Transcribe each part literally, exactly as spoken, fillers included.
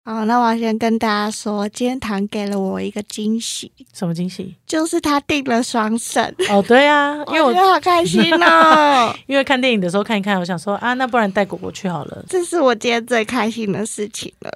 好，那我要先跟大家说，今天唐给了我一个惊喜。 什么惊喜？ 就是他订了双省。 哦，对啊，因为我我觉得好开心哦。 因为看电影的时候看一看，我想说啊，那不然带果果去好了。 这是我今天最开心的事情了。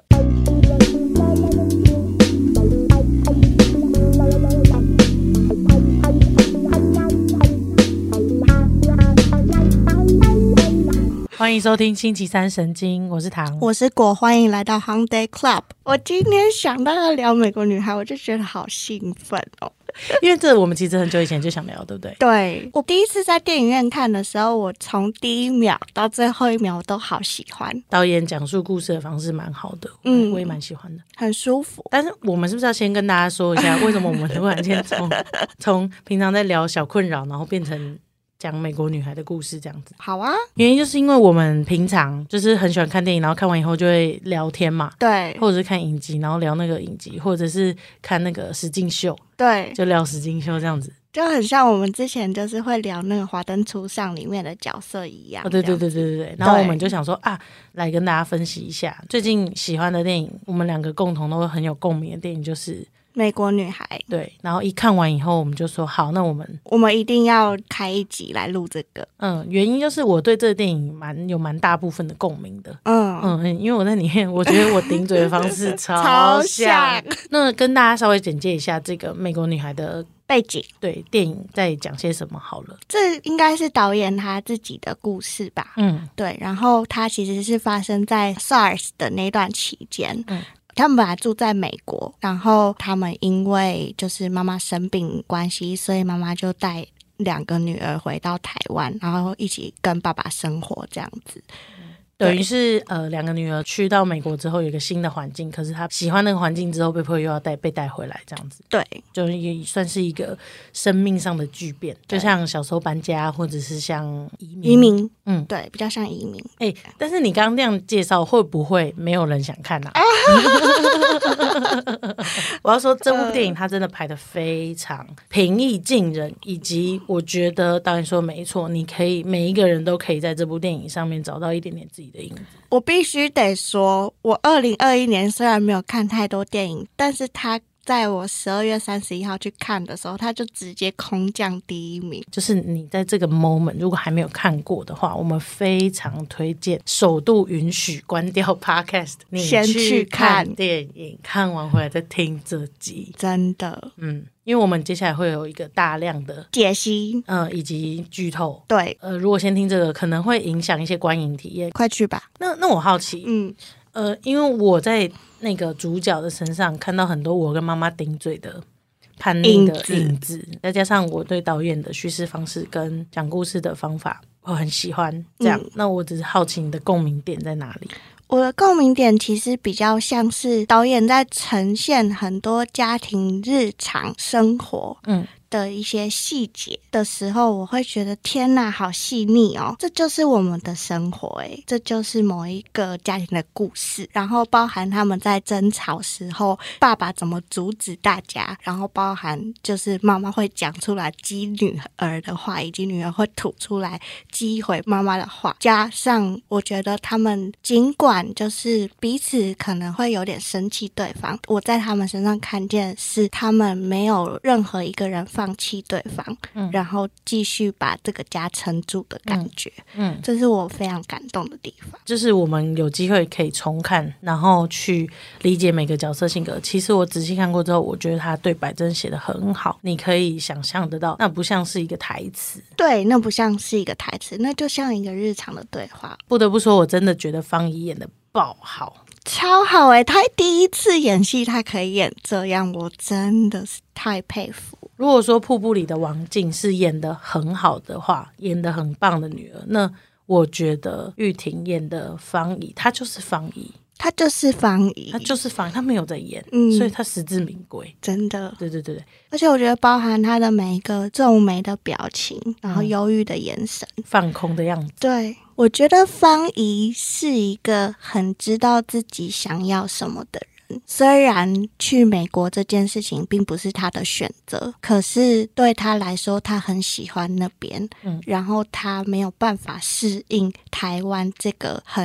欢迎收听星期三神经，我是唐， 我是果，欢迎来到 Hyundai Club。我今天想到要聊美国女孩，我就觉得好兴奋哦。 因为这我们其实很久以前就想聊，对不对？ 对，我第一次在电影院看的时候，我从第一秒到最后一秒我都好喜欢。 导演讲述故事的方式蛮好的，嗯，我也蛮喜欢的， 很舒服。 但是我们是不是要先跟大家说一下，为什么我们突然间从从平常在聊小困扰，然后变成讲美国女孩的故事这样子？ 好啊， 原因就是因为我们平常就是很喜欢看电影，然后看完以后就会聊天嘛， 对， 或者是看影集，然后聊那个影集，或者是看那个实境秀， 对， 就聊实境秀这样子， 就很像我们之前就是会聊那个《华灯初上》里面的角色一样。 哦，对对对对对对。然后我们就想说啊，来跟大家分析一下最近喜欢的电影，我们两个共同都很有共鸣的电影就是美国女孩。 对，然后一看完以后我们就说好，那我们我们一定要开一集来录这个。 嗯，原因就是我对这个电影蛮有蛮大部分的共鸣的。嗯嗯，因为我在里面我觉得我顶嘴的方式超超像。那跟大家稍微简介一下这个美国女孩的背景， 对，电影在讲些什么好了。 这应该是导演他自己的故事吧。嗯，对，然后他其实是发生在 SARS 的那段期间。嗯，他们本来住在美国，然后他们因为就是妈妈生病关系，所以妈妈就带两个女儿回到台湾，然后一起跟爸爸生活这样子。 等于是呃，两个女儿去到美国之后有一个新的环境，可是她喜欢那个环境之后，被迫又要带被带回来，这样子。 对， 就也算是一个生命上的巨变，就像小时候搬家，或者是像移民。 移民， 嗯， 对，比较像移民。 哎、欸，但是你刚刚这样介绍，会不会没有人想看啊？我要说，这部电影它真的拍得非常平易近人，以及我觉得导演说没错，你可以每一个人都可以在这部电影上面找到一点点自己的影子。 我必须得说，我二零二一年虽然没有看太多电影，但是他在我十二月三十一号去看的时候，他就直接空降第一名。 就是你在这个 moment 如果还没有看过的话，我们非常推荐首度允许关掉 podcast， 你先去看电影，看完回来再听这集。 真的， 嗯，因为我们接下来会有一个大量的解析， 呃，以及剧透。 对， 呃，如果先听这个，可能会影响一些观影体验。 快去吧。 那那我好奇，嗯，呃，因为我在那个主角的身上看到很多我跟妈妈顶嘴的叛逆的影子，再加上我对导演的叙事方式跟讲故事的方法，我很喜欢。这样，嗯、那我只是好奇你的共鸣点在哪里？ 我的共鸣点其实比较像是导演在呈现很多家庭日常生活，嗯。的一些细节的时候，我会觉得天哪，好细腻哦！这就是我们的生活，诶，这就是某一个家庭的故事。然后包含他们在争吵时候，爸爸怎么阻止大家，然后包含就是妈妈会讲出来激女儿的话，以及女儿会吐出来激回妈妈的话。加上我觉得他们尽管就是彼此可能会有点生气对方，我在他们身上看见是他们没有任何一个人放弃对方，嗯，然后继续把这个家撑住的感觉，嗯，嗯，这是我非常感动的地方。 就是我们有机会可以重看，然后去理解每个角色性格。其实我仔细看过之后，我觉得他对白真写得很好，你可以想象得到，那不像是一个台词， 对，那不像是一个台词，那就像一个日常的对话。 不得不说，我真的觉得方怡演得爆好。 超好欸，他第一次演戏他可以演这样，我真的是太佩服。 如果说瀑布里的王静是演得很好的话，演得很棒的女儿，那我觉得玉婷演的方怡，她就是方怡， 她就是方怡， 她就是方怡，她没有在演，嗯，所以她实至名归， 真的。 对对对对， 而且我觉得包含她的每一个皱眉的表情，然后忧郁的眼神， 嗯、放空的样子， 对。我觉得方怡是一个很知道自己想要什么的人，虽然去美国这件事情并不是他的选择，可是对他来说他很喜欢那边，嗯，然后他没有办法适应台湾这个很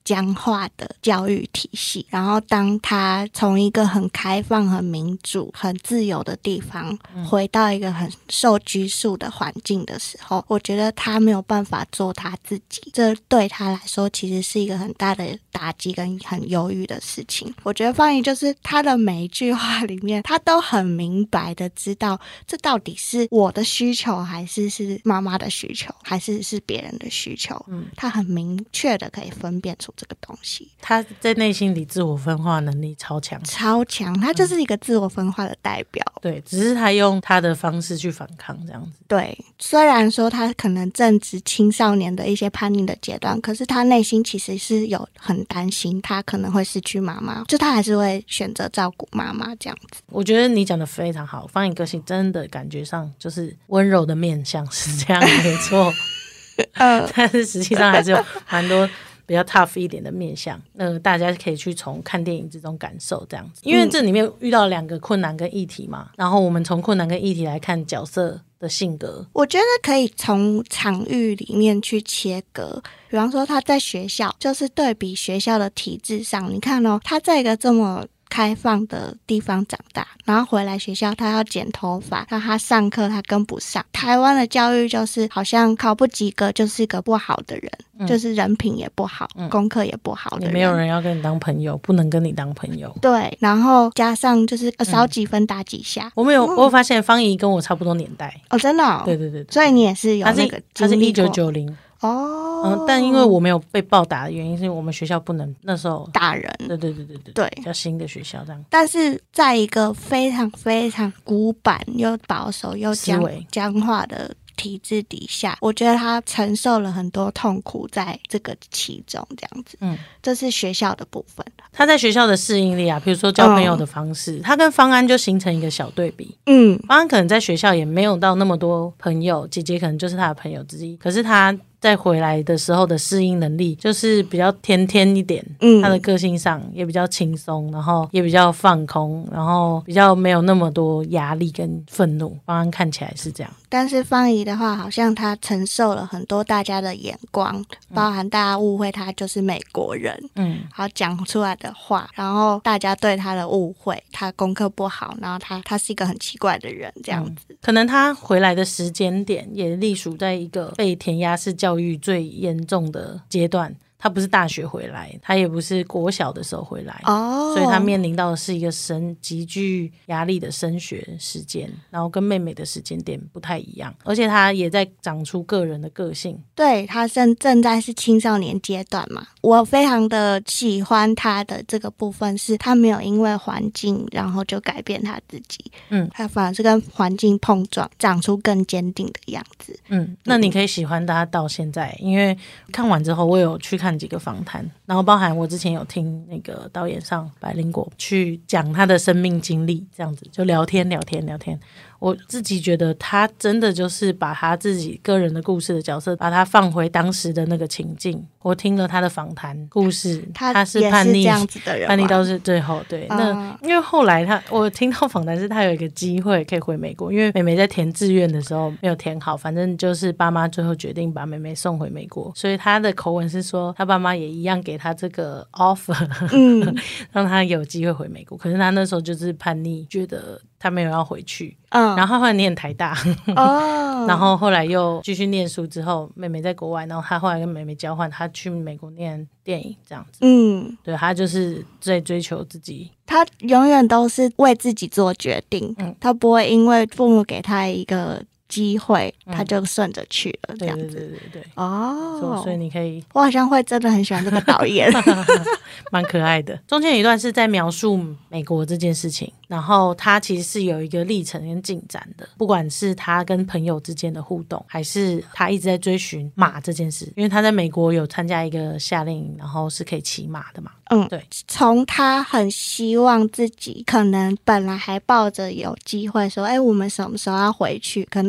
僵化的教育体系，然后当他从一个很开放、很民主、很自由的地方回到一个很受拘束的环境的时候，我觉得他没有办法做他自己，这对他来说其实是一个很大的打击跟很忧郁的事情。我觉得方怡就是他的每一句话里面，他都很明白的知道这到底是我的需求还是是妈妈的需求还是是别人的需求，嗯，他很明确的可以分辨出这个东西。 他在内心里自我分化能力超强超强，他就是一个自我分化的代表、嗯、 对，只是他用他的方式去反抗这样子。 对，虽然说他可能正值青少年的一些叛逆的阶段，可是他内心其实是有很担心他可能会失去妈妈，就他还是会选择照顾妈妈这样子。 我觉得你讲的非常好，方怡个性真的感觉上就是温柔的面向是这样没错但是实际上还是有蛮多比较 tough 一点的面向，那大家可以去从看电影之中感受这样子，因为这里面遇到两个困难跟议题嘛，然后我们从困难跟议题来看角色的性格。 我觉得可以从场域里面去切割，比方说他在学校，就是对比学校的体制上，你看哦，他在一个这么开放的地方长大，然后回来学校他要剪头发，那他上课他跟不上。台湾的教育就是好像考不及格就是一个不好的人、嗯、就是人品也不好、嗯、功课也不好的人， 也没有人要跟你当朋友，不能跟你当朋友。 对，然后加上就是少几分打几下、嗯、 我们有、嗯、我有发现方怡跟我差不多年代哦， 真的、哦、 对对 对, 对， 所以你也是有那个他是一九九零哦、 嗯，但因为我没有被暴打的原因，是因为我们学校不能那时候打人。 对对对对对对， 比较新的学校这样。 但是在一个非常非常古板又保守又僵僵化的体制底下，我觉得他承受了很多痛苦在这个其中这样子。嗯，这是学校的部分。 他在学校的适应力啊，比如说交朋友的方式、嗯、他跟方安就形成一个小对比。嗯，方安可能在学校也没有到那么多朋友，姐姐可能就是他的朋友之一，可是他在回来的时候的适应能力就是比较天天一点、嗯、他的个性上也比较轻松，然后也比较放空，然后比较没有那么多压力跟愤怒。方安看起来是这样， 但是方怡的话好像他承受了很多大家的眼光、嗯、包含大家误会他就是美国人，嗯，然后讲出来的话，然后大家对他的误会，他功课不好，然后他他是一个很奇怪的人这样子、 嗯、可能他回来的时间点也隶属在一个被填鸭式教育最严重的阶段，他不是大学回来，他也不是国小的时候回来、oh. 所以他面临到的是一个升极具压力的升学时间，然后跟妹妹的时间点不太一样，而且他也在长出个人的个性。 对，他正正在是青少年阶段嘛，我非常的喜欢他的这个部分，是他没有因为环境然后就改变他自己，嗯，他反而是跟环境碰撞，长出更坚定的样子。 嗯，那你可以喜欢他到现在，因为看完之后我有去看几个访谈，然后包含我之前有听那个导演上百灵果去讲他的生命经历，这样子就聊天聊天聊天，我自己觉得他真的就是把他自己个人的故事的角色把他放回当时的那个情境。我听了他的访谈故事，他是叛逆， 也是这样子的人， 叛逆到是最后对、嗯、那因为后来他我听到访谈是他有一个机会可以回美国，因为妹妹在填志愿的时候没有填好，反正就是爸妈最后决定把妹妹送回美国，所以他的口吻是说他爸妈也一样给他这个 offer、嗯、让他有机会回美国，可是他那时候就是叛逆，觉得他没有要回去、嗯、然后他后来念台大哦，然后后来又继续念书，之后妹妹在国外，然后他后来跟妹妹交换，他去美国念电影这样子。嗯，对，他就是在追求自己， 他永远都是为自己做决定、嗯、他不会因为父母给他一个机会他就顺着去了、嗯、这样子。 对对对对对哦，所以你可以， 我好像会真的很喜欢这个导演蛮可爱的。中间有一段是在描述美国这件事情，然后他其实是有一个历程跟进展的，不管是他跟朋友之间的互动，还是他一直在追寻马这件事，因为他在美国有参加一个夏令营，然后是可以骑马的嘛。嗯，对， 从他很希望自己可能本来还抱着有机会说哎，我们什么时候要回去，可能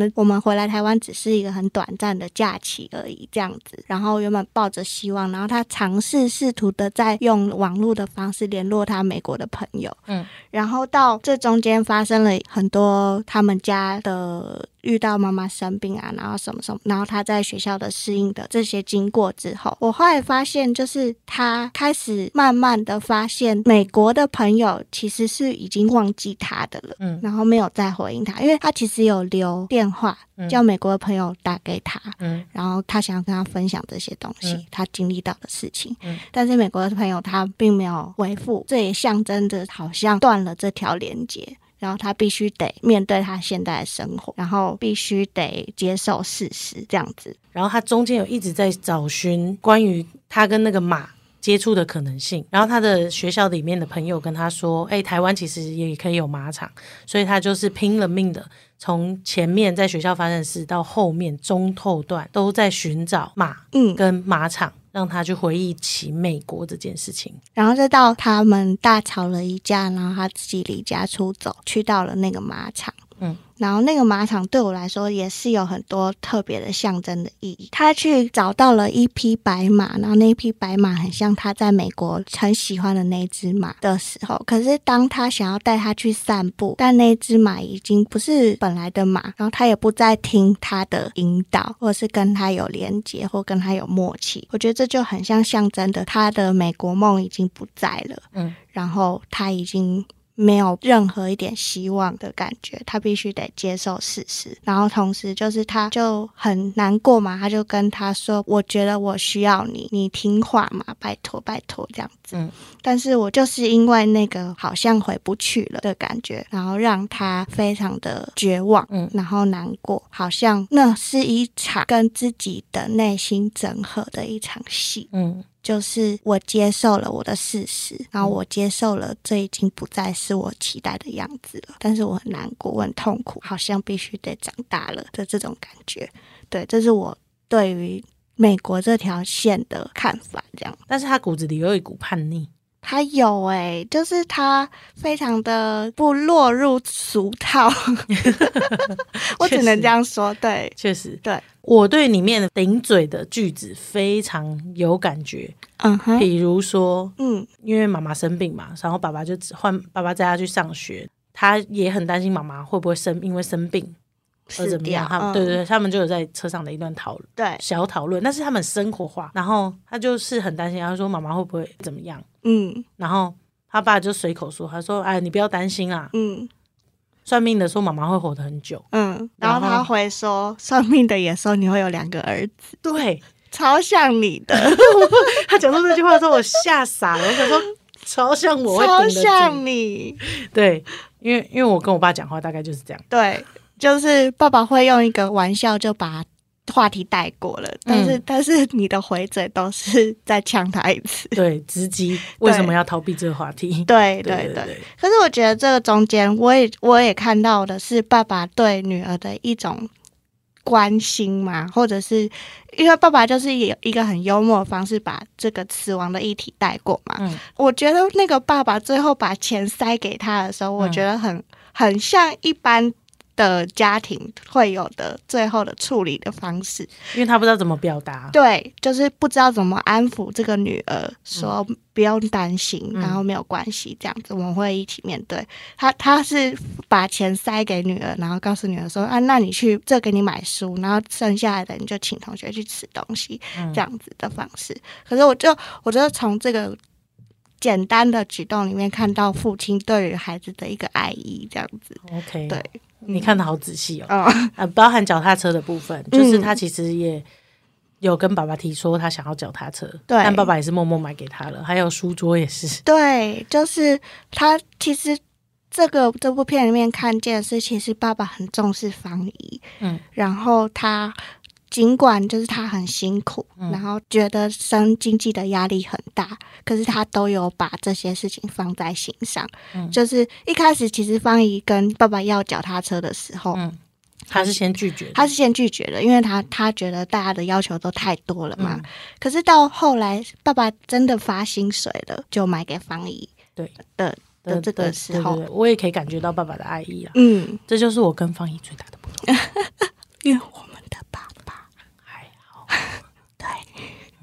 能我们回来台湾只是一个很短暂的假期而已这样子，然后原本抱着希望，然后他尝试试图的在用网络的方式联络他美国的朋友，嗯，然后到这中间发生了很多他们家的遇到妈妈生病啊，然后什么什么，然后他在学校的适应的这些经过之后，我后来发现就是他开始慢慢的发现美国的朋友其实是已经忘记他的了，嗯，然后没有再回应他，因为他其实有留电话、嗯、叫美国的朋友打给他，嗯，然后他想要跟他分享这些东西、嗯、他经历到的事情、嗯、但是美国的朋友他并没有回复，这也象征着好像断了这条连接，然后他必须得面对他现在的生活，然后必须得接受事实这样子。 然后他中间有一直在找寻关于他跟那个马接触的可能性，然后他的学校里面的朋友跟他说，哎、欸，台湾其实也可以有马场，所以他就是拼了命的从前面在学校发生的事到后面中后段都在寻找马跟马场、嗯，让他去回忆起美国这件事情， 然后再到他们大吵了一架，然后他自己离家出走，去到了那个马场。嗯，然后那个马场对我来说也是有很多特别的象征的意义。他去找到了一匹白马，然后那一匹白马很像他在美国很喜欢的那只马的时候，可是当他想要带他去散步，但那只马已经不是本来的马，然后他也不再听他的引导，或是跟他有连结，或跟他有默契。我觉得这就很像象征的他的美国梦已经不在了，嗯，然后他已经没有任何一点希望的感觉，他必须得接受事实，然后同时就是他就很难过嘛，他就跟他说，我觉得我需要你，你听话嘛，拜托拜托这样子、嗯、但是我就是因为那个好像回不去了的感觉，然后让他非常的绝望、嗯、然后难过，好像那是一场跟自己的内心整合的一场戏，嗯，就是我接受了我的事实，然后我接受了这已经不再是我期待的样子了，但是我很难过，我很痛苦，好像必须得长大了的这种感觉。对，这是我对于美国这条线的看法这样。 但是他骨子里有一股叛逆， 他有欸，就是他非常的不落入俗套我只能这样说。对， 确实， 对， 我对里面的顶嘴的句子非常有感觉。嗯哼，比如说，嗯，因为妈妈生病嘛，然后爸爸就换爸爸带他去上学，他也很担心妈妈会不会生因为生病而怎么样。他们、嗯、对对对，他们就有在车上的一段讨论，对，小讨论，但是他们生活化。然后他就是很担心，他说妈妈会不会怎么样？嗯，然后他爸就随口说，他说：“哎，你不要担心啊。”嗯。算命的说妈妈会活得很久， 嗯，然后他会说算命的也说你会有两个儿子， 对， 超像你的他讲出这句话的时候我吓傻了，我想说超像我会顶得住， 超像你， 对，因为因为我跟我爸讲话大概就是这样， 对，就是爸爸会用一个玩笑就把话题带过了，但是、嗯、但是你的回嘴都是再呛他一次， 对，直击为什么要逃避这个话题， 对对 对, 对, 对, 对。可是我觉得这个中间我也我也看到的是爸爸对女儿的一种关心嘛，或者是因为爸爸就是有一个很幽默的方式把这个死亡的议题带过嘛、嗯、我觉得那个爸爸最后把钱塞给他的时候、嗯、我觉得很很像一般的家庭会有的最后的处理的方式， 因为他不知道怎么表达， 对，就是不知道怎么安抚这个女儿，说不用担心、嗯、然后没有关系这样子，我们会一起面对。他他是把钱塞给女儿，然后告诉女儿说啊，那你去这给你买书，然后剩下来的你就请同学去吃东西、嗯、这样子的方式。可是我就我就从这个简单的举动里面看到父亲对于孩子的一个爱意这样子。 OK， 对，你看得好仔细哦、嗯呃、包含脚踏车的部分、嗯、就是他其实也有跟爸爸提说他想要脚踏车，对，但爸爸也是默默买给他了，还有书桌也是， 对，就是他其实这个这部片里面看见的是其实爸爸很重视芳宜，嗯，然后他尽管就是他很辛苦、嗯、然后觉得生经济的压力很大，可是他都有把这些事情放在心上、嗯、就是一开始其实芳宜跟爸爸要脚踏车的时候、嗯、 他是先拒绝的， 他是先拒绝的，因为他他觉得大家的要求都太多了嘛、嗯、可是到后来爸爸真的发薪水了，就买给芳宜对的的这个时候， 对对对，我也可以感觉到爸爸的爱意啦，嗯，这就是我跟芳宜最大的不同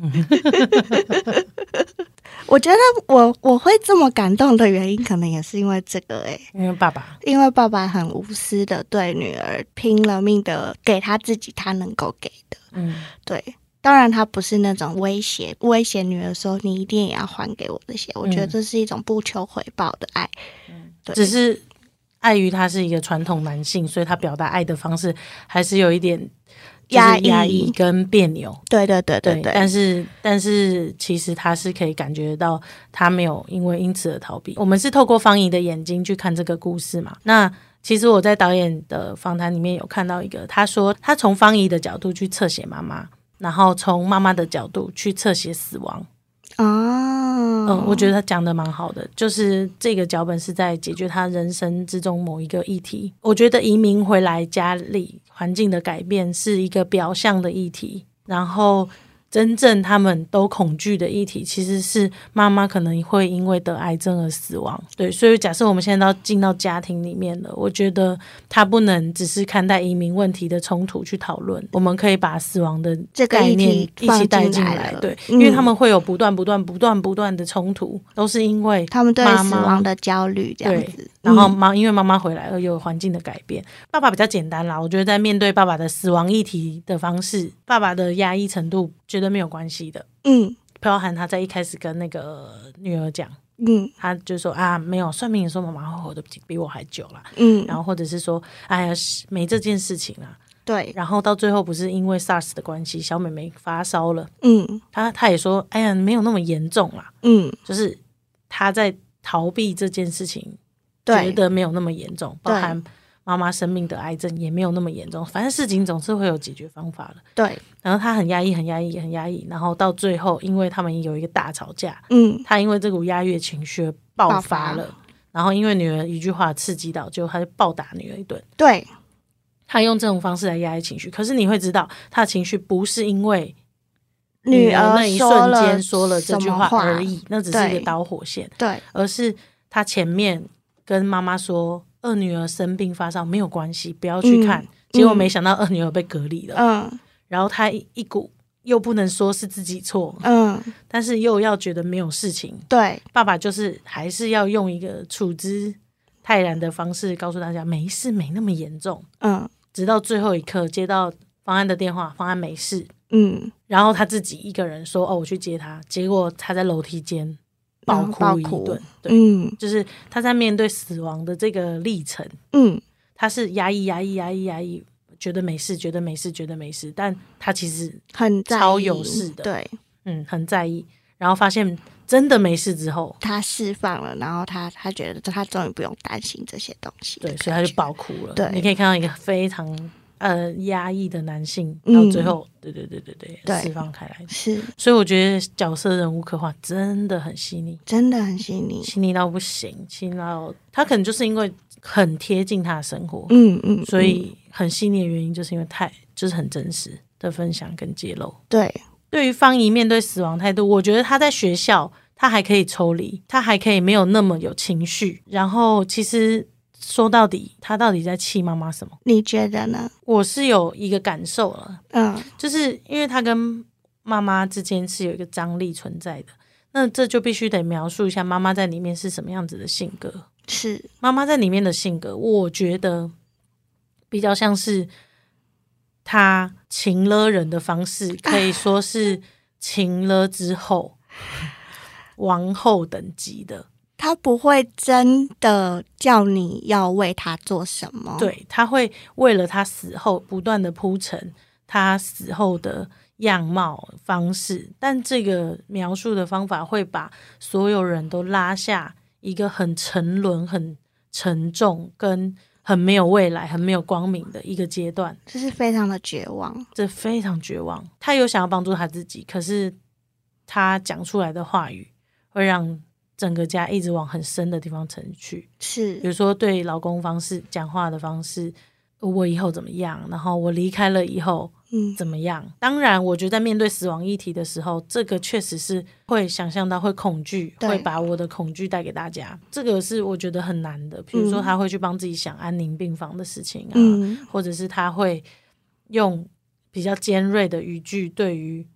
我觉得我我会这么感动的原因，可能也是因为这个哎、欸， 因为爸爸， 因为爸爸很无私的对女儿拼了命的给他自己他能够给的，嗯，对。当然，他不是那种威胁威胁女儿说你一定也要还给我这些，我觉得这是一种不求回报的爱， 嗯，对，只是碍于他是一个传统男性，所以他表达爱的方式还是有一点。压抑、压抑跟别扭， 对对对对 对, 对。但是，但是其实他是可以感觉到，他没有因为因此而逃避。我们是透过方怡的眼睛去看这个故事嘛？那其实我在导演的访谈里面有看到一个，他说他从方怡的角度去侧写妈妈，然后从妈妈的角度去侧写死亡。哦，嗯，我觉得他讲的蛮好的，就是这个脚本是在解决他人生之中某一个议题。我觉得移民回来家里环境的改变是一个表象的议题，然后真正他们都恐惧的议题其实是妈妈可能会因为得癌症而死亡。对，所以假设我们现在都进到家庭里面了，我觉得他不能只是看待移民问题的冲突去讨论，我们可以把死亡的概念一起带进来。对、嗯，因为他们会有不断不断不断不断的冲突，都是因为他们对死亡的焦虑这样子。 然后妈，因为妈妈回来而有环境的改变。爸爸比较简单啦，我觉得在面对爸爸的死亡议题的方式，爸爸的压抑程度觉得没有关系的。嗯，包含他在一开始跟那个女儿讲，嗯，他就说啊，没有，算命也说妈妈会活得比我还久啦。嗯，然后或者是说，哎呀，没这件事情啦。对，然后到最后不是因为 SARS 的关系，小妹妹发烧了。嗯，他他也说，哎呀，没有那么严重啦。嗯，就是他在逃避这件事情。觉得没有那么严重，包含妈妈生命的癌症也没有那么严重，反正事情总是会有解决方法的。对，然后他很压抑很压抑很压抑，然后到最后因为他们有一个大吵架，嗯，他因为这股压抑的情绪爆发了，然后因为女儿一句话刺激到，就他就暴打女儿一顿。对，他用这种方式来压抑情绪，可是你会知道他的情绪不是因为女儿那一瞬间说了这句话而已，那只是一个导火线。对，而是他前面跟妈妈说二女儿生病发烧没有关系，不要去看、嗯、结果没想到二女儿被隔离了。嗯，然后他一股又不能说是自己错，嗯，但是又要觉得没有事情。对，爸爸就是还是要用一个处之泰然的方式告诉大家没事，没那么严重。嗯，直到最后一刻接到方安的电话，方安没事。嗯，然后他自己一个人说哦我去接他，结果他在楼梯间爆哭一顿。对、嗯，就是他在面对死亡的这个历程，嗯，他是压抑压抑压抑压抑，觉得没事觉得没事觉得没事，但他其实很超有事的。对，嗯，很在意，然后发现真的没事之后他释放了，然后他他觉得他终于不用担心这些东西。 对，所以他就爆哭了。对，你可以看到一个非常呃压抑的男性到最后、嗯、对对对对对释放开来。是，所以我觉得角色人物刻画真的很细腻， 真的很细腻， 细腻到不行，细腻到他可能就是因为很贴近他的生活，嗯嗯，所以很细腻的原因就是因为太就是很真实的分享跟揭露。对，对于方怡面对死亡态度，我觉得他在学校他还可以抽离，他还可以没有那么有情绪，然后其实说到底他到底在气妈妈什么？ 你觉得呢？ 我是有一个感受了，嗯，就是因为他跟妈妈之间是有一个张力存在的，那这就必须得描述一下妈妈在里面是什么样子的性格。是，妈妈在里面的性格我觉得比较像是他情勒人的方式，可以说是情勒之后王后等级的， 他不会真的叫你要为他做什么， 对，他会为了他死后不断的铺陈他死后的样貌方式，但这个描述的方法会把所有人都拉下一个很沉沦很沉重跟很没有未来很没有光明的一个阶段， 这是非常的绝望， 这非常绝望。他有想要帮助他自己，可是他讲出来的话语会让整个家一直往很深的地方沉去。是，比如说对老公方式讲话的方式，我以后怎么样，然后我离开了以后嗯怎么样。当然我觉得在面对死亡议题的时候，这个确实是会想象到会恐惧，会把我的恐惧带给大家，这个是我觉得很难的。比如说他会去帮自己想安宁病房的事情啊、嗯、或者是他会用比较尖锐的语句对于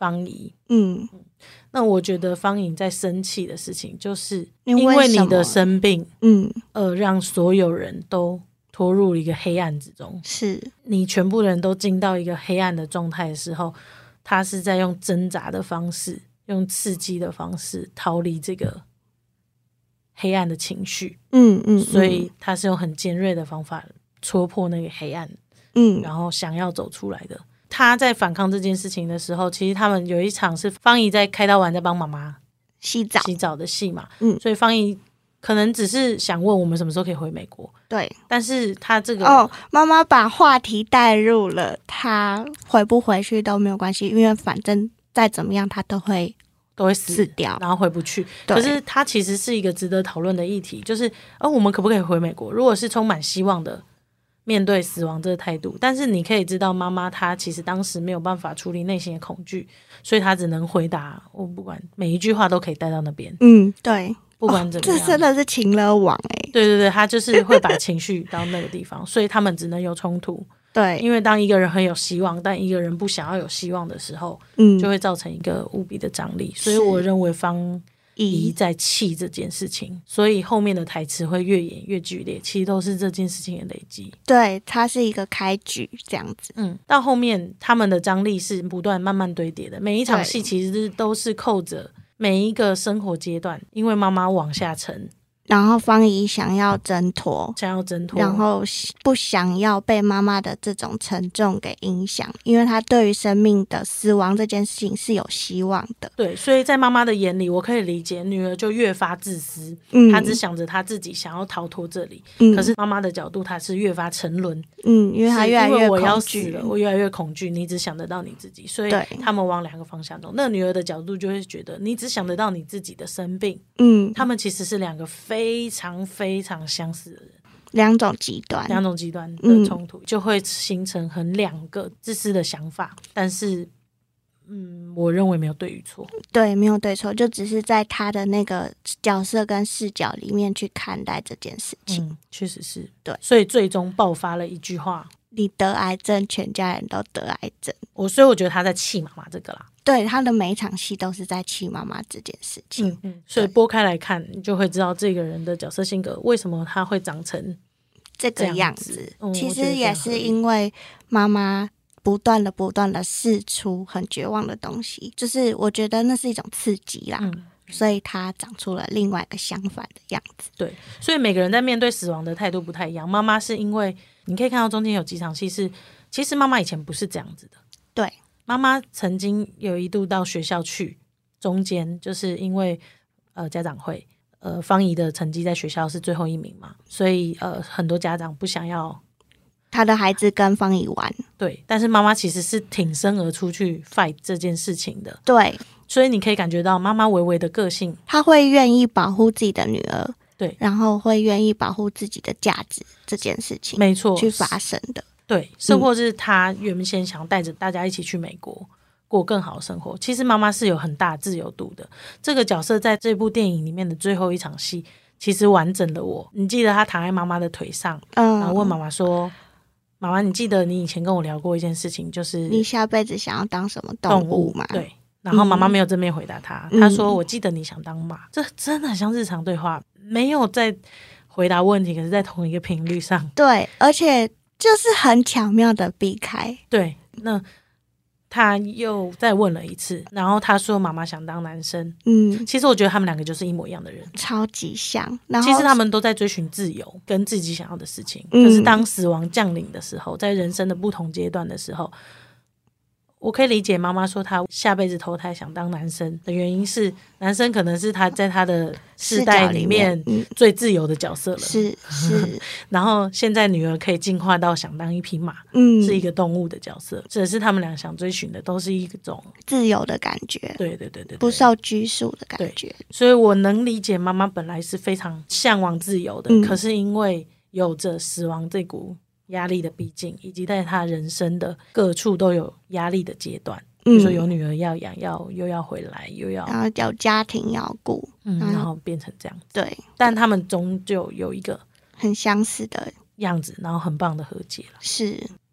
方怡。 嗯， 那我觉得方颖在生气的事情，就是因为你的生病，嗯，而让所有人都拖入一个黑暗之中， 是你全部人都进到一个黑暗的状态的时候，他是在用挣扎的方式，用刺激的方式逃离这个黑暗的情绪，嗯 嗯, 嗯，所以他是用很尖锐的方法戳破那个黑暗，嗯，然后想要走出来的。他在反抗这件事情的时候，其实他们有一场是方怡在开刀完在帮妈妈洗澡洗澡的戏嘛，嗯，所以方怡可能只是想问我们什么时候可以回美国， 对， 但是他这个哦，妈妈把话题带入了，他回不回去都没有关系，因为反正再怎么样他都会都会死掉， 然后回不去。可是他其实是一个值得讨论的议题，就是哦，我们可不可以回美国？如果是充满希望的面对死亡这个态度，但是你可以知道妈妈她其实当时没有办法处理内心的恐惧，所以她只能回答我不管，每一句话都可以带到那边。 嗯，对， 不管怎么样， 哦，这真的是情勒王哎，欸。 对对对，他就是会把情绪到那个地方，所以他们只能有冲突。 对， 因为当一个人很有希望，但一个人不想要有希望的时候，嗯，就会造成一个无比的张力。所以我认为方怡在气这件事情，所以后面的台词会越演越剧烈，其实都是这件事情的累积。 对，它是一个开局这样子。 嗯，到后面他们的张力是不断慢慢堆叠的，每一场戏其实都是扣着每一个生活阶段，因为妈妈往下沉。 然后方怡想要挣脱， 想要挣脱， 然后不想要被妈妈的这种沉重给影响，因为她对于生命的死亡这件事情是有希望的。 对，所以在妈妈的眼里，我可以理解女儿就越发自私，嗯，她只想着她自己想要逃脱这里，嗯，可是妈妈的角度，她是越发沉沦， 嗯，因为她越来越恐惧， 我要死了，我越来越恐惧，你只想得到你自己，所以他们往两个方向走。那女儿的角度就会觉得，你只想得到你自己的生病，嗯，他们其实是两个非常非常相似的人， 两种极端， 两种极端的冲突，嗯，就会形成很两个自私的想法。但是，嗯，我认为没有对与错， 对，没有对错，就只是在他的那个角色跟视角里面去看待这件事情。 嗯，确实是对， 所以最终爆发了一句话： 你得癌症，全家人都得癌症。 我所以我觉得他在气妈妈这个啦。 对，他的每一场戏都是在气妈妈这件事情。 嗯嗯，所以拨开来看，你就会知道这个人的角色性格为什么他会长成这个样子。嗯，其实也是因为妈妈不断的不断的释出很绝望的东西，就是我觉得那是一种刺激啦。嗯，所以他长出了另外一个相反的样子。 对，所以每个人在面对死亡的态度不太一样。妈妈是因为你可以看到中间有几场戏是，其实妈妈以前不是这样子的。 对， 妈妈曾经有一度到学校去，中间就是因为呃家长会，呃方怡的成绩在学校是最后一名嘛，所以呃很多家长不想要他的孩子跟方怡玩。 对，但是妈妈其实是挺身而出去 fight 这件事情的。 对， 所以你可以感觉到妈妈微微的个性， 她会愿意保护自己的女儿， 对， 然后会愿意保护自己的价值这件事情， 没错， 去发生的。 对，甚或是他原先想带着大家一起去美国过更好的生活，其实妈妈是有很大自由度的。这个角色在这部电影里面的最后一场戏其实完整了我。你记得他躺在妈妈的腿上，嗯，然后问妈妈说，妈妈，你记得你以前跟我聊过一件事情，就是你下辈子想要当什么动物吗？ 对，然后妈妈没有正面回答他，嗯，他说我记得你想当马。这真的很像日常对话，没有在回答问题，可是在同一个频率上。 对，而且就是很巧妙的避开。 对，那他又再问了一次，然后他说妈妈想当男生。嗯，其实我觉得他们两个就是一模一样的人， 超级像。然后其实他们都在追寻自由跟自己想要的事情，嗯，可是当死亡降临的时候，在人生的不同阶段的时候，我可以理解妈妈说她下辈子投胎想当男生的原因是，男生可能是他在他的世代里面最自由的角色了， 是是。 然后现在女儿可以进化到想当一匹马，嗯，是一个动物的角色，只是他们俩想追寻的都是一种自由的感觉， 对对对 对, 对， 不受拘束的感觉。 所以我能理解妈妈本来是非常向往自由的，嗯，可是因为有着死亡这股压力的逼近，以及在他人生的各处都有压力的阶段，比如说有女儿要养，要又要回来，又要然后有家庭要顾， 嗯，然后变成这样子。 对， 但他们终究有一个很相似的样子，然后很棒的和解了。 是，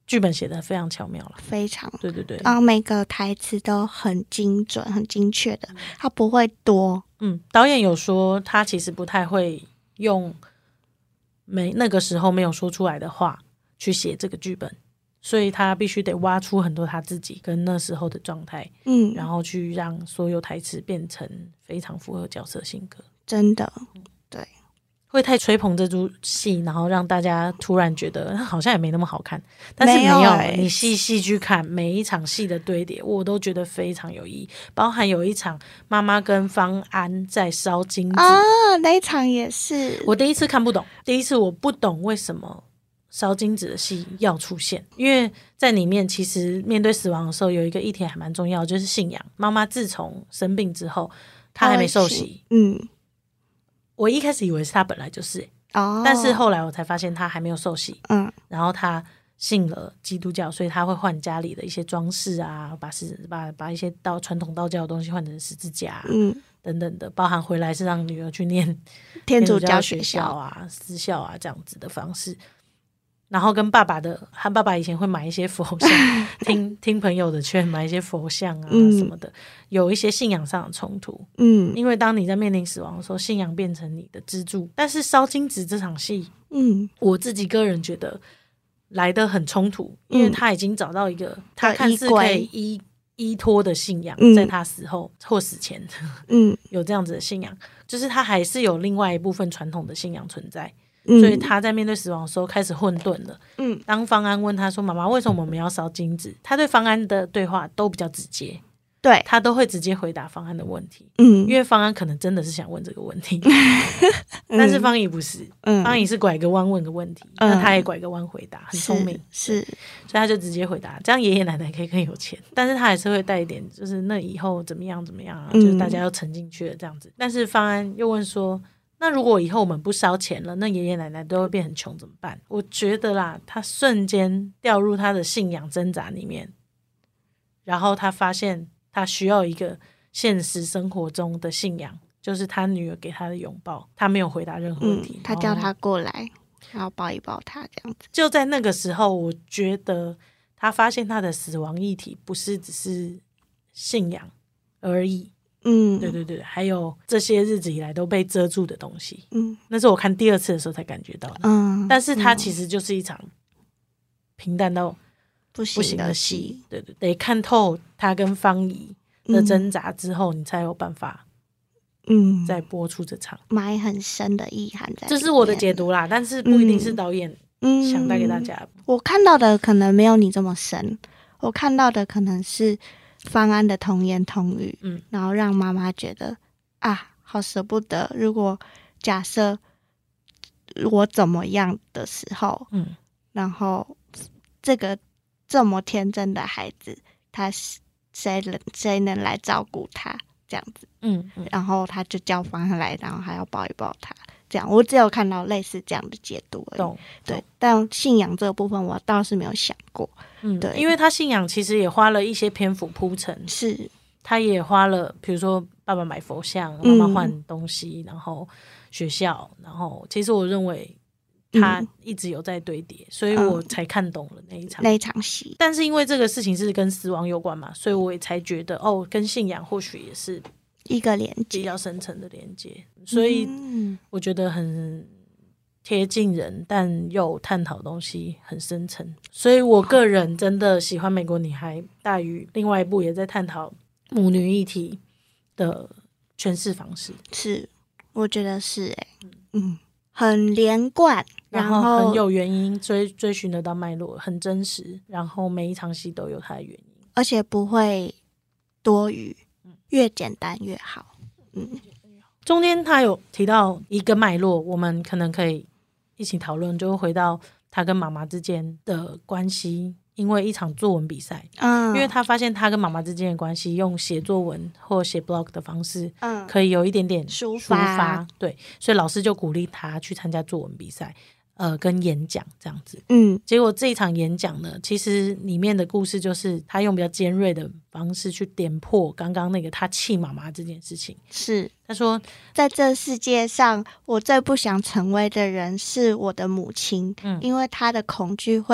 剧本写得非常巧妙了， 非常对对对， 然后每个台词都很精准很精确的，它不会多。 嗯，导演有说他其实不太会用没那个时候没有说出来的话去写这个剧本，所以他必须得挖出很多他自己跟那时候的状态，嗯，然后去让所有台词变成非常符合角色性格。 真的，对， 会太吹捧这出戏，然后让大家突然觉得好像也没那么好看，但是没有， 没有欸、 你细细去看每一场戏的堆叠，我都觉得非常有意义。包含有一场妈妈跟方安在烧金子啊，那一场也是我第一次看不懂，第一次我不懂为什么烧金子的戏要出现，因为在里面其实面对死亡的时候有一个议题还蛮重要，就是信仰。妈妈自从生病之后，她还没受洗，嗯，我一开始以为是她本来就是、欸哦、但是后来我才发现她还没有受洗，嗯，然后她信了基督教，所以她会换家里的一些装饰啊，把把把一些道传统道教的东西换成十字架、啊，嗯，等等的，包含回来是让女儿去念天主教学校啊、私校啊这样子的方式。然后跟爸爸的，和爸爸以前会买一些佛像，听听朋友的劝，买一些佛像啊什么的，嗯、有一些信仰上的冲突。嗯，因为当你在面临死亡的时候，信仰变成你的支柱。但是烧金子这场戏，嗯，我自己个人觉得来得很冲突，因为他已经找到一个、嗯、他看似可以依依托的信仰，在他死后、嗯、或死前，嗯，有这样子的信仰，就是他还是有另外一部分传统的信仰存在。所以他在面对死亡的时候开始混沌了。嗯，当方安问他说：“妈妈，为什么我们要烧金子？”他对方安的对话都比较直接， 对他都会直接回答方安的问题。嗯，因为方安可能真的是想问这个问题，但是方怡不是，嗯、方怡是拐个弯问个问题，嗯、那他也拐个弯回答，很聪明， 是， 所以他就直接回答，这样爷爷奶奶可以更有钱，但是他还是会带一点，就是那以后怎么样怎么样啊，嗯、就是大家要沉进去了这样子。但是方安又问说，那如果以后我们不烧钱了，那爷爷奶奶都会变很穷怎么办？我觉得啦，他瞬间掉入他的信仰挣扎里面，然后他发现他需要一个现实生活中的信仰，就是他女儿给他的拥抱。他没有回答任何问题， 嗯、他叫他过来，然后抱一抱他这样子。 就在那个时候，我觉得他发现他的死亡议题不是只是信仰而已。嗯，对对对，还有这些日子以来都被遮住的东西，嗯，那是我看第二次的时候才感觉到的，嗯，但是它其实就是一场平淡到不行的戏，对对，得看透他跟方怡的挣扎之后，嗯、你才有办法，嗯，再播出这场埋很深的意涵在， 这是我的解读啦，但是不一定是导演想带给大家。 嗯、我看到的可能没有你这么深，我看到的可能是方安的童言童语，嗯，然后让妈妈觉得啊，好舍不得。如果假设我怎么样的时候，嗯，然后这个这么天真的孩子，他谁能谁能来照顾他？这样子，嗯，嗯然后他就叫方安来，然后还要抱一抱他。这样，我只有看到类似这样的解读而已。懂，对，但信仰这个部分，我倒是没有想过。嗯，对， 因为他信仰其实也花了一些篇幅铺陈， 是， 他也花了，比如说爸爸买佛像，妈妈换东西，嗯、然后学校，然后其实我认为他一直有在堆叠，嗯、所以我才看懂了那一场、 嗯、那一场戏。 但是因为这个事情是跟死亡有关嘛，所以我也才觉得哦，跟信仰或许也是一个连接， 比较深层的连接，所以我觉得很贴近人，但又探讨东西很深层。所以我个人真的喜欢《美国女孩》大于另外一部也在探讨母女议题的诠释方式。 是，我觉得是哎、欸，嗯，很连贯， 然后很有原因，追追寻得到脉络，很真实，然后每一场戏都有它的原因， 而且不会多余。越简单越好。嗯， 中间他有提到一个脉络，我们可能可以一起讨论，就回到他跟妈妈之间的关系。因为一场作文比赛，嗯，因为他发现他跟妈妈之间的关系，用写作文或写 blog 的方式，嗯，可以有一点点抒发， 抒发，对，所以老师就鼓励他去参加作文比赛。呃，跟演讲这样子，嗯，结果这一场演讲呢，其实里面的故事就是他用比较尖锐的方式去点破刚刚那个他气妈妈这件事情。 是， 他说， 在这世界上，我最不想成为的人是我的母亲，嗯，因为她的恐惧会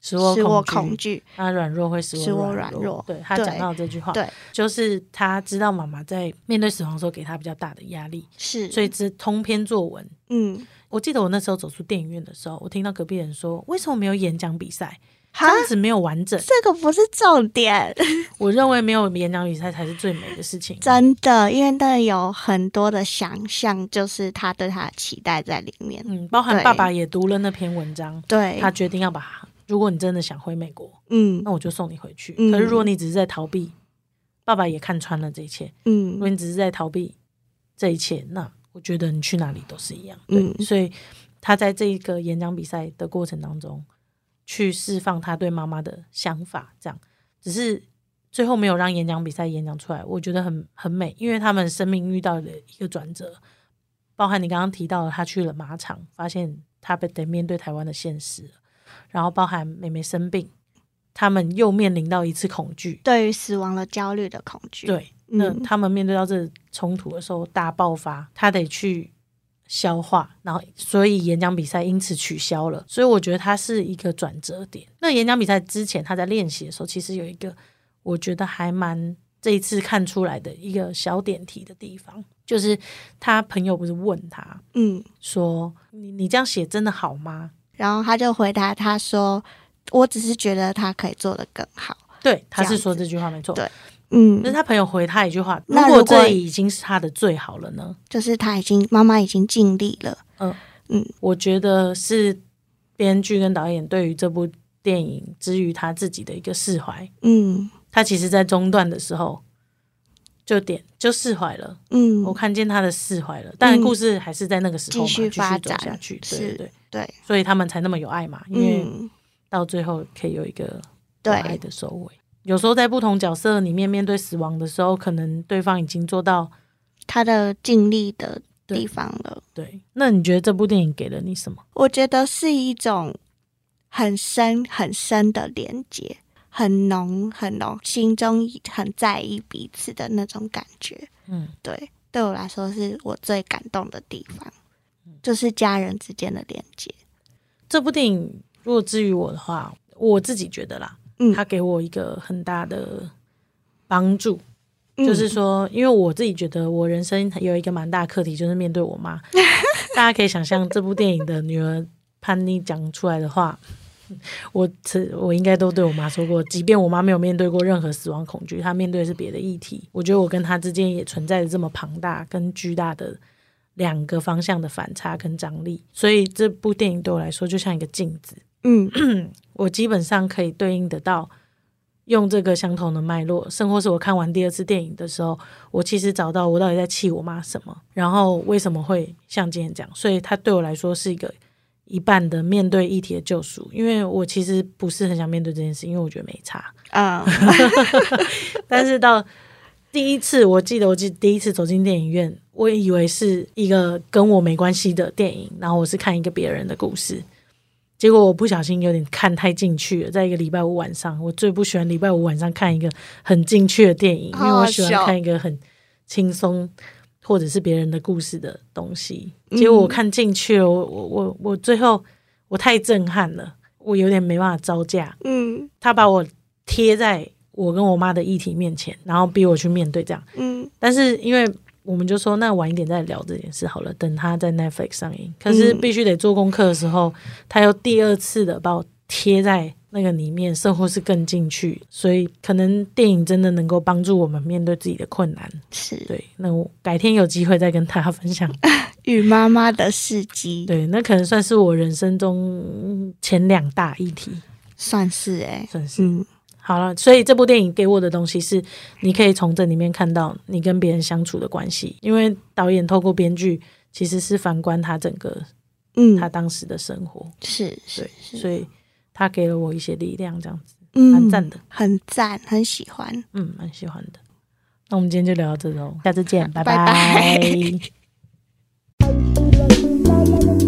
使我使我恐惧， 他软弱会使我软弱。对，他讲到这句话，对，就是他知道妈妈在面对死亡的时候给他比较大的压力， 是， 所以这通篇作文，嗯，我记得我那时候走出电影院的时候，我听到隔壁人说，为什么没有演讲比赛？这样子没有完整， 这个不是重点。 我认为没有演讲比赛才是最美的事情， 真的，因为那有很多的想象，就是他对他的期待在里面。 嗯，包含爸爸也读了那篇文章， 对， 他决定要把，如果你真的想回美国，嗯，那我就送你回去。 嗯、 可是如果你只是在逃避，爸爸也看穿了这一切。嗯，如果你只是在逃避这一切，那我觉得你去哪里都是一样。对，嗯、所以他在这个演讲比赛的过程当中，去释放他对妈妈的想法，这样只是最后没有让演讲比赛演讲出来，我觉得很很美，因为他们生命遇到的一个转折，包含你刚刚提到的他去了马场，发现他得面对台湾的现实，然后包含妹妹生病，他们又面临到一次恐惧， 对于死亡的焦虑的恐惧。 对，那他们面对到这冲突的时候大爆发，他得去消化，然后所以演讲比赛因此取消了，所以我觉得它是一个转折点。那演讲比赛之前他在练习的时候，其实有一个我觉得还蛮这一次看出来的一个小点题的地方，就是他朋友不是问他，嗯，说你你这样写真的好吗？ 然后他就回答他说，我只是觉得他可以做得更好。 对，他是说这句话没错。 对。嗯， 但是他朋友回他一句话，如果这已经是他的最好了呢？ 就是他已经妈妈已经尽力了。 嗯嗯，我觉得是编剧跟导演对于这部电影之于他自己的一个释怀。嗯，他其实在中段的时候就点就释怀了。嗯，我看见他的释怀了，但故事还是在那个时候嘛、嗯、继续发展走下去。对对对对， 所以他们才那么有爱嘛，因为到最后可以有一个有爱的收尾。有时候在不同角色里面面对死亡的时候，可能对方已经做到他的尽力的地方了。 对, 对，那你觉得这部电影给了你什么？ 我觉得是一种很深很深的连结，很浓很浓，心中很在意彼此的那种感觉。嗯，对，对我来说是我最感动的地方，就是家人之间的连结。 这部电影如果至于我的话，我自己觉得啦，他给我一个很大的帮助、嗯、就是说因为我自己觉得我人生有一个蛮大的课题，就是面对我妈大家可以想象这部电影的女儿叛逆讲出来的话，我我应该都对我妈说过，即便我妈没有面对过任何死亡恐惧，她面对的是别的议题，我觉得我跟她之间也存在着这么庞大跟巨大的两个方向的反差跟张力，所以这部电影对我来说就像一个镜子。嗯，我基本上可以对应得到用这个相同的脉络，甚或是我看完第二次电影的时候，我其实找到我到底在气我妈什么，然后为什么会像今天这样，所以它对我来说是一个一半的面对议题的救赎，因为我其实不是很想面对这件事，因为我觉得没差啊。但是到第一次，我记得我记得第一次走进电影院，我也以为是一个跟我没关系的电影，然后我是看一个别人的故事，结果我不小心有点看太进去了，在一个礼拜五晚上，我最不喜欢礼拜五晚上看一个很进去的电影，因为我喜欢看一个很轻松或者是别人的故事的东西，结果我看进去了，我我我最后我太震撼了，我有点没办法招架。嗯，他把我贴在我跟我妈的议题面前，然后逼我去面对这样。嗯，但是因为我们就说那晚一点再聊这件事好了，等他在 Netflix 上映，可是必须得做功课的时候、嗯、他又第二次的把我贴在那个里面，甚或是更进去，所以可能电影真的能够帮助我们面对自己的困难。 是， 对，那我改天有机会再跟大家分享与妈妈的事迹。 对，那可能算是我人生中前两大议题， 算是耶、欸、 算是。嗯，好了，所以这部电影给我的东西是你可以从这里面看到你跟别人相处的关系，因为导演透过编剧其实是反观他整个嗯他当时的生活。 是是是， 所以他给了我一些力量，这样子蛮赞的、 嗯、很赞，很喜欢， 嗯，蛮喜欢的。那我们今天就聊到这喽，下次见，拜拜拜。